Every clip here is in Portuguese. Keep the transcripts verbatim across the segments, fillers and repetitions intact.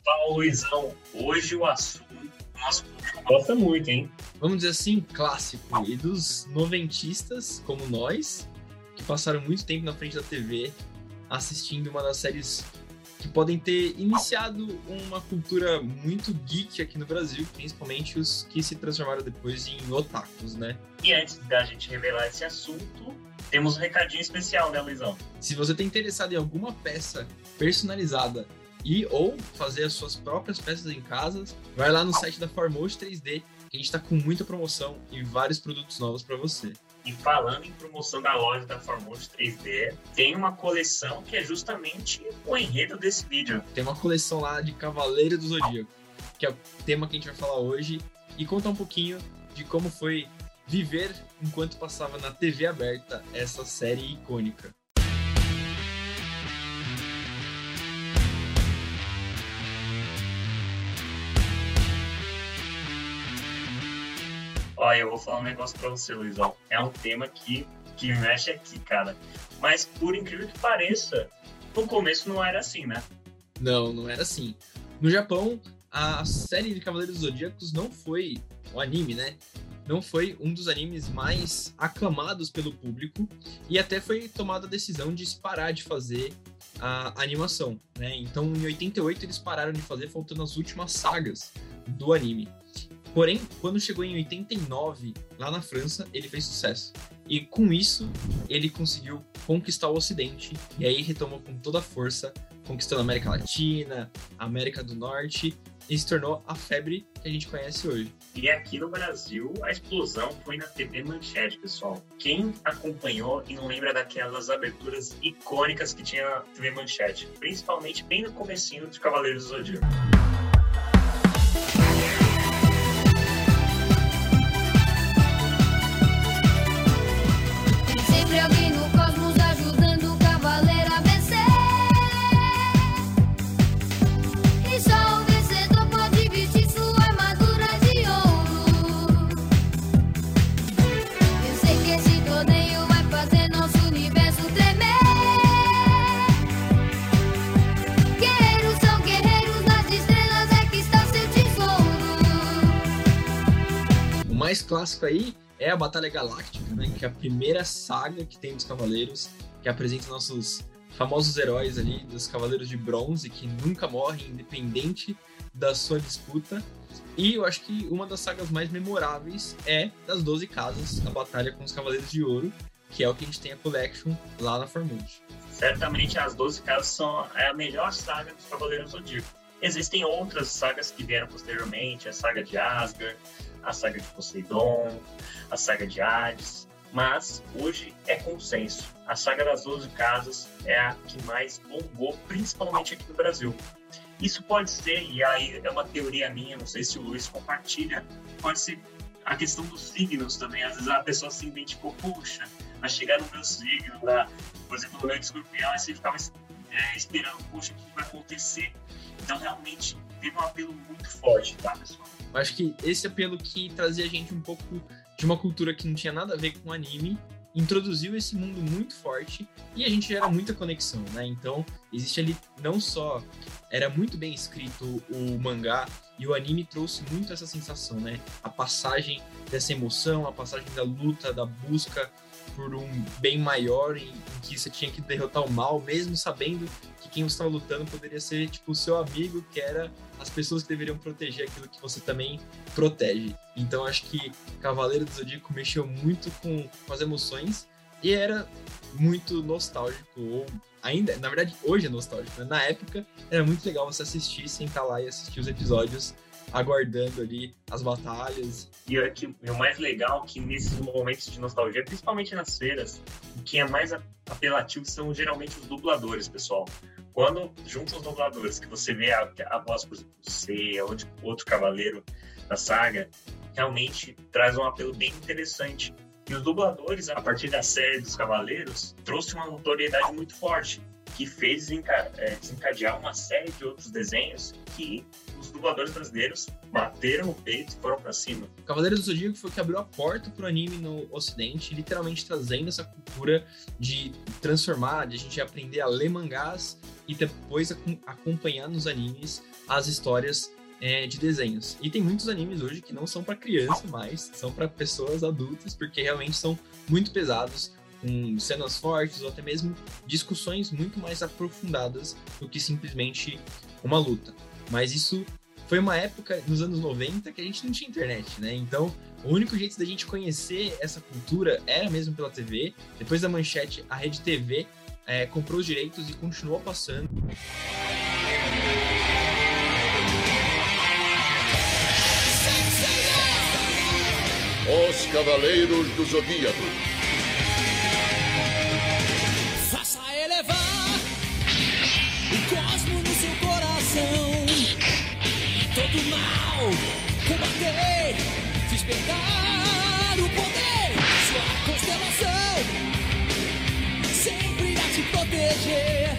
Fala, Luizão. Hoje o assunto o nosso público gosta muito, hein? Vamos dizer assim, clássico. E dos noventistas, como nós, que passaram muito tempo na frente da T V assistindo uma das séries que podem ter iniciado uma cultura muito geek aqui no Brasil, principalmente os que se transformaram depois em otakus, né? E antes da gente revelar esse assunto, temos um recadinho especial, né, Luizão? Se você está interessado em alguma peça personalizada e ou fazer as suas próprias peças em casa, vai lá no site da Formost três D, que a gente está com muita promoção e vários produtos novos para você. E falando em promoção da loja da Formost três D, tem uma coleção que é justamente o enredo desse vídeo. Tem uma coleção lá de Cavaleiro do Zodíaco, que é o tema que a gente vai falar hoje, e contar um pouquinho de como foi viver enquanto passava na T V aberta essa série icônica. Olha, eu vou falar um negócio pra você, Luizão. É um tema que, que me mexe aqui, cara. Mas, por incrível que pareça, no começo não era assim, né? Não, não era assim. No Japão, a série de Cavaleiros dos Zodíacos não foi, o anime, né? Não foi um dos animes mais aclamados pelo público e até foi tomada a decisão de parar de fazer a animação, né? Então, em oitenta e oito, eles pararam de fazer, faltando as últimas sagas do anime. Porém, quando chegou em oitenta e nove, lá na França, ele fez sucesso. E com isso, ele conseguiu conquistar o Ocidente. E aí retomou com toda a força, conquistando a América Latina, a América do Norte, e se tornou a febre que a gente conhece hoje. E aqui no Brasil, a explosão foi na T V Manchete, pessoal. Quem acompanhou e não lembra daquelas aberturas icônicas que tinha na T V Manchete? Principalmente bem no comecinho de Cavaleiros do Zodíaco. Alguém no cosmos ajudando o cavaleiro a vencer. E só o vencedor pode vestir sua armadura de ouro. Eu sei que esse torneio vai fazer nosso universo tremer. Guerreiros são guerreiros, nas estrelas é que está seu tesouro. O mais clássico aí é a Batalha Galáctica, né? Que é a primeira saga que tem dos Cavaleiros, que apresenta nossos famosos heróis ali, dos Cavaleiros de Bronze, que nunca morrem, independente da sua disputa. E eu acho que uma das sagas mais memoráveis é das doze Casas, a Batalha com os Cavaleiros de Ouro, que é o que a gente tem a Collection lá na Formost. Certamente as doze Casas são a melhor saga dos Cavaleiros do Zodíaco. Existem outras sagas que vieram posteriormente, a saga de Asgard, a saga de Poseidon, a saga de Hades, mas hoje é consenso. A saga das doze Casas é a que mais bombou, principalmente aqui no Brasil. Isso pode ser, e aí é uma teoria minha, não sei se o Luiz compartilha, pode ser a questão dos signos também. Às vezes a pessoa se identificou, puxa, vai chegar no meu signo, lá, por exemplo, no meu de Escorpião, aí você ficava é, esperando, puxa, o que vai acontecer? Então, realmente, teve um apelo muito forte, tá, pessoal? Eu acho que esse apelo que trazia a gente um pouco de uma cultura que não tinha nada a ver com anime, introduziu esse mundo muito forte e a gente gera muita conexão, né? Então, existe ali não só... Era muito bem escrito o mangá e o anime trouxe muito essa sensação, né? A passagem dessa emoção, a passagem da luta, da busca por um bem maior em, em que você tinha que derrotar o mal, mesmo sabendo que quem você estava lutando poderia ser tipo o seu amigo, que era as pessoas que deveriam proteger aquilo que você também protege. Então acho que Cavaleiro do Zodíaco mexeu muito com, com as emoções e era muito nostálgico, ou ainda, na verdade hoje é nostálgico, né? Na época era muito legal você assistir, sentar lá e assistir os episódios aguardando ali as batalhas. E o, que, o mais legal é que nesses momentos de nostalgia, principalmente nas feiras, o que é mais apelativo são geralmente os dubladores, pessoal. Quando juntam os dubladores, que você vê a, a voz, por exemplo, do Seiya ou de outro cavaleiro da saga, realmente traz um apelo bem interessante. E os dubladores, a partir da série dos Cavaleiros, trouxe uma notoriedade muito forte. que fez desenca- é, desencadear uma série de outros desenhos que os dubladores brasileiros bateram no peito e foram pra cima. Cavaleiros do Zodíaco foi o que abriu a porta pro anime no ocidente, literalmente trazendo essa cultura de transformar, de a gente aprender a ler mangás e depois ac- acompanhar nos animes as histórias é, de desenhos. E tem muitos animes hoje que não são para criança mais, são para pessoas adultas, porque realmente são muito pesados, com cenas fortes ou até mesmo discussões muito mais aprofundadas do que simplesmente uma luta. Mas isso foi uma época, nos anos noventa, que a gente não tinha internet, né? Então, o único jeito da gente conhecer essa cultura era mesmo pela T V. Depois da Manchete, a Rede T V é, comprou os direitos e continuou passando. Os Cavaleiros do Zodíaco. Faça elevar o cosmo no seu coração. Todo mal combater, despertar o poder. Sua constelação sempre irá te proteger.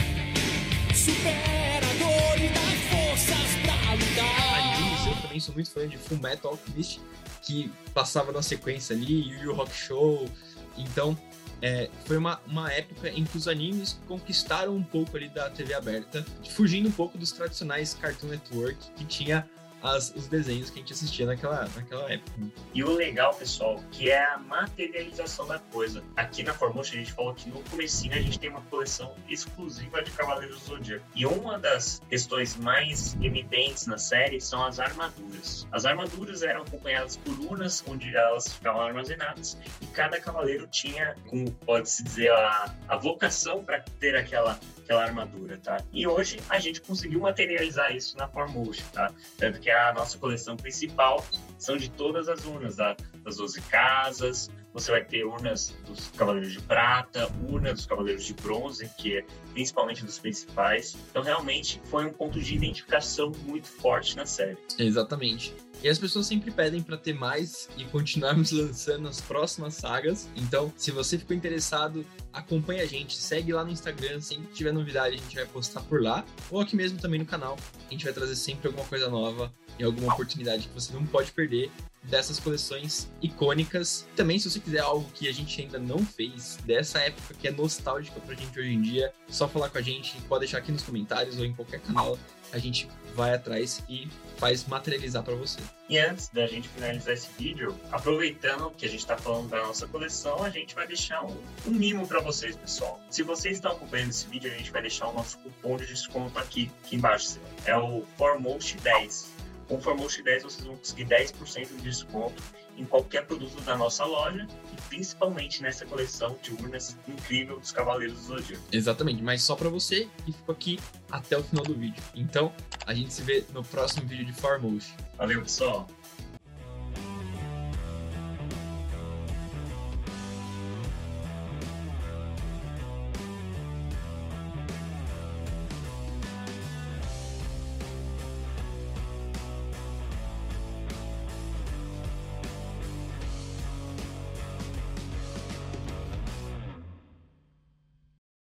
Supera a dor e dá forças pra lutar. Animes, eu também sou muito fã de Full Metal Alchemist, que passava na sequência ali, Yu Yu Rock Show. Então, é, foi uma, uma época em que os animes conquistaram um pouco ali da T V aberta, fugindo um pouco dos tradicionais Cartoon Network, que tinha as, os desenhos que a gente assistia naquela, naquela época. E o legal, pessoal, que é a materialização da coisa. Aqui na Formotion a gente falou que no comecinho a gente tem uma coleção exclusiva de Cavaleiros do Zodíaco. E uma das questões mais evidentes na série são as armaduras. As armaduras eram acompanhadas por urnas, onde elas ficavam armazenadas, e cada cavaleiro tinha, como pode-se dizer, a, a vocação para ter aquela, aquela armadura, tá? E hoje a gente conseguiu materializar isso na Formotion, tá? Tanto que a nossa coleção principal são de todas as urnas, tá? Das doze casas. Você vai ter urnas dos Cavaleiros de Prata, urna dos Cavaleiros de Bronze, que é principalmente dos principais. Então, realmente, foi um ponto de identificação muito forte na série. Exatamente. E as pessoas sempre pedem para ter mais e continuarmos lançando as próximas sagas. Então, se você ficou interessado, acompanha a gente, segue lá no Instagram, sempre que tiver novidade a gente vai postar por lá, ou aqui mesmo também no canal. A gente vai trazer sempre alguma coisa nova e alguma oportunidade que você não pode perder dessas coleções icônicas. Também, se você quiser algo que a gente ainda não fez, dessa época que é nostálgica pra gente hoje em dia, é só falar com a gente, pode deixar aqui nos comentários ou em qualquer canal, a gente vai atrás e faz materializar para você. E antes da gente finalizar esse vídeo, aproveitando que a gente está falando da nossa coleção, a gente vai deixar um, um mimo para vocês, pessoal. Se vocês estão acompanhando esse vídeo, a gente vai deixar o nosso cupom de desconto aqui, aqui embaixo. É o Formotion dez. Com o Formotion dez vocês vão conseguir dez por cento de desconto em qualquer produto da nossa loja e principalmente nessa coleção de urnas incrível dos Cavaleiros do Zodíaco. Exatamente, mas só para você que ficou aqui até o final do vídeo. Então, a gente se vê no próximo vídeo de Formotion. Valeu, pessoal!